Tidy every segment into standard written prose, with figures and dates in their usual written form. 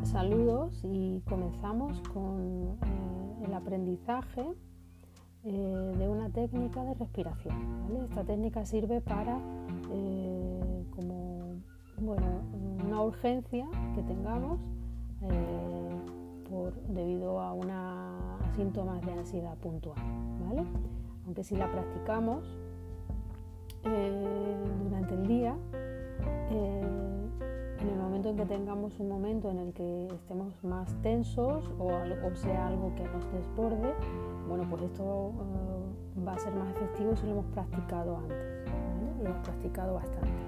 Saludos y comenzamos con el aprendizaje de una técnica de respiración, ¿vale? Esta técnica sirve para una urgencia que tengamos debido a síntomas de ansiedad puntual, ¿vale? Aunque si la practicamos durante el día, en el momento en que tengamos un momento en el que estemos más tensos o sea algo que nos desborde, bueno, pues esto va a ser más efectivo si lo hemos practicado antes, ¿vale? Lo hemos practicado bastante.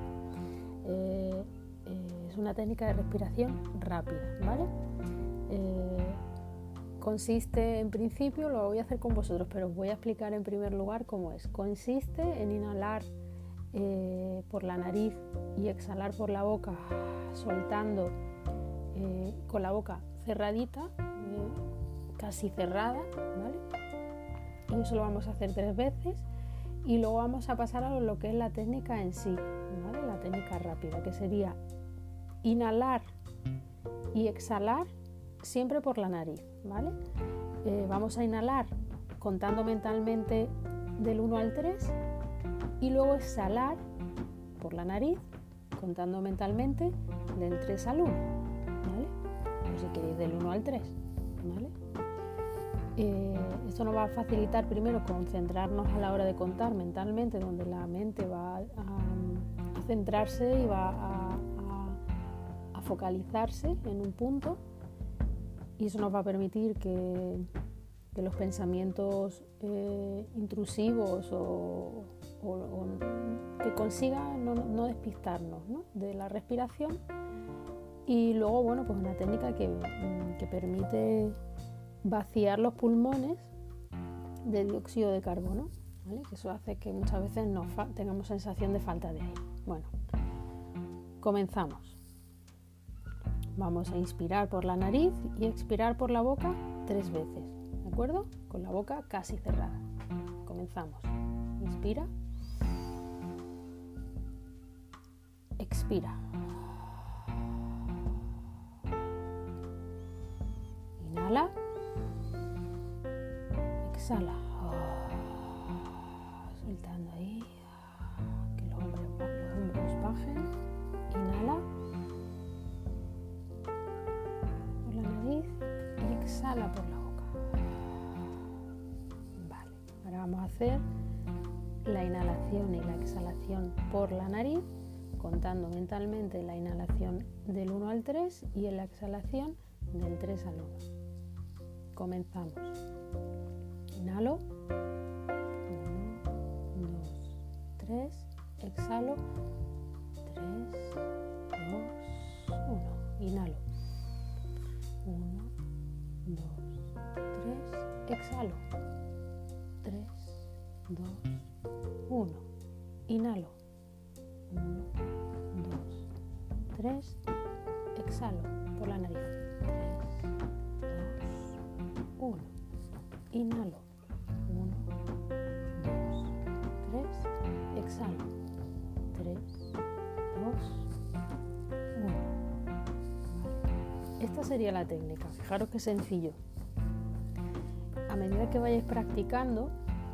Es una técnica de respiración rápida, ¿vale? Consiste, en principio, lo voy a hacer con vosotros, pero os voy a explicar en primer lugar cómo es. Consiste en inhalar por la nariz y exhalar por la boca, soltando con la boca cerradita, casi cerrada, ¿vale? Y eso lo vamos a hacer 3 veces y luego vamos a pasar a lo que es la técnica en sí, ¿vale? La técnica rápida, que sería inhalar y exhalar siempre por la nariz, ¿vale? Vamos a inhalar contando mentalmente del 1 al 3 y luego exhalar por la nariz contando mentalmente del 3 al 1, ¿vale? O si queréis del 1 al 3, ¿vale? Esto nos va a facilitar primero concentrarnos a la hora de contar mentalmente, donde la mente va a centrarse y va a focalizarse en un punto, y eso nos va a permitir que los pensamientos intrusivos o que consigan no despistarnos, ¿no?, de la respiración. Y luego, bueno, pues una técnica que permite vaciar los pulmones de dióxido de carbono, ¿vale? Que eso hace que muchas veces tengamos sensación de falta de aire. Bueno, comenzamos. Vamos a inspirar por la nariz y expirar por la boca 3 veces, ¿de acuerdo? Con la boca casi cerrada. Comenzamos. Inspira. Expira. Inhala. Exhala. Soltando ahí. Que los hombros bajen. Inhala. Por la nariz y exhala por la boca. Vale. Ahora vamos a hacer la inhalación y la exhalación por la nariz, contando mentalmente la inhalación del 1 al 3 y la exhalación del 3 al 1. Comenzamos. Inhalo. 1, 2, 3. Exhalo. 3, 2, 1. Inhalo. 1, 2, 3. Exhalo. 3, 2, 1. Inhalo. 1, 2, 3. Exhalo por la nariz. 3, 2, 1. Inhalo. 1, 2, 3. Exhalo. 3, 2, 1. Vale. Esta sería la técnica. Fijaros qué sencillo. A medida que vayáis practicando,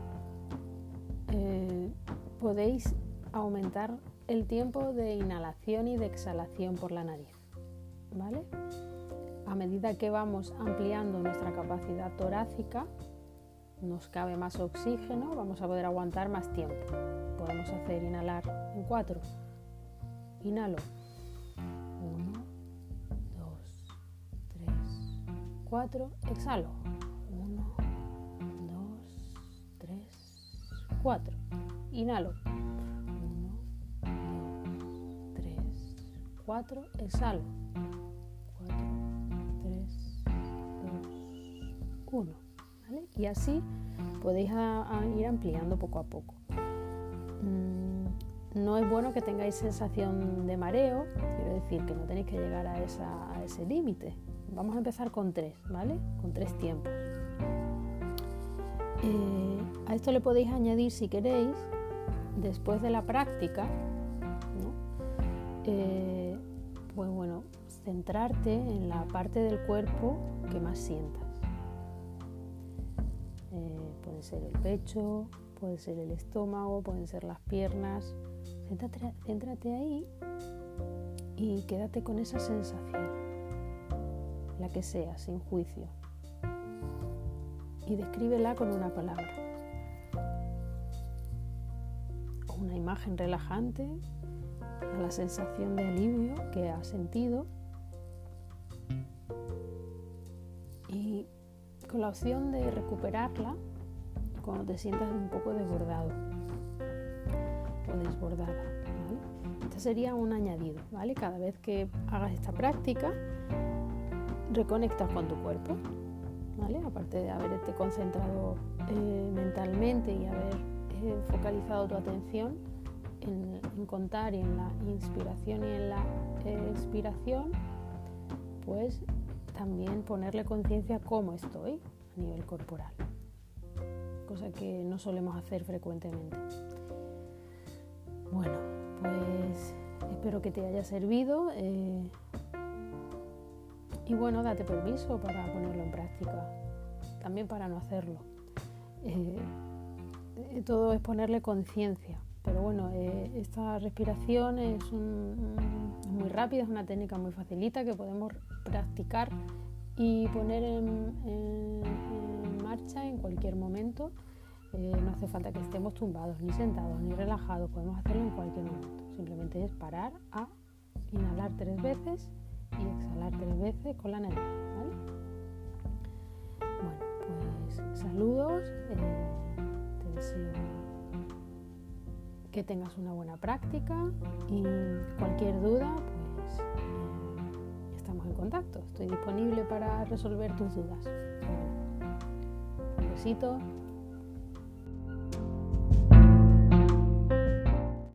podéis aumentar el tiempo de inhalación y de exhalación por la nariz, ¿vale? A medida que vamos ampliando nuestra capacidad torácica, nos cabe más oxígeno, vamos a poder aguantar más tiempo. Podemos hacer inhalar en 4. Inhalo. 1, 2, 3, 4. Exhalo. 1, 2, 3, 4. Inhalo. 1, 2, 3, 4. Exhalo. 4, 3, 2, 1. ¿Vale? Y así podéis ir ampliando poco a poco. No es bueno que tengáis sensación de mareo, quiero decir que no tenéis que llegar a ese límite. Vamos a empezar con 3, ¿vale? Con 3 tiempos. A esto le podéis añadir, si queréis, después de la práctica, ¿no? Pues bueno, centrarte en la parte del cuerpo que más sientas. Puede ser el pecho, puede ser el estómago, pueden ser las piernas. Céntrate ahí y quédate con esa sensación, la que sea, sin juicio. Y descríbela con una palabra. O una imagen relajante, a la sensación de alivio que has sentido. Y con la opción de recuperarla cuando te sientas un poco desbordado o desbordada, ¿vale? Este sería un añadido, ¿vale? Cada vez que hagas esta práctica, reconectas con tu cuerpo, ¿vale? Aparte de haberte concentrado mentalmente y haber focalizado tu atención en contar y en la inspiración y en la expiración, pues también ponerle conciencia a cómo estoy a nivel corporal, cosa que no solemos hacer frecuentemente. Bueno, pues espero que te haya servido y bueno, date permiso para ponerlo en práctica, también para no hacerlo. Todo es ponerle conciencia, pero bueno, esta respiración es muy rápida, es una técnica muy facilita que podemos practicar y poner en marcha en cualquier momento. No hace falta que estemos tumbados, ni sentados, ni relajados, podemos hacerlo en cualquier momento. Simplemente es parar a inhalar 3 veces y exhalar 3 veces con la nariz, ¿vale? Bueno, pues saludos, te deseo que tengas una buena práctica y cualquier duda, pues estamos en contacto. Estoy disponible para resolver tus dudas. Un besito.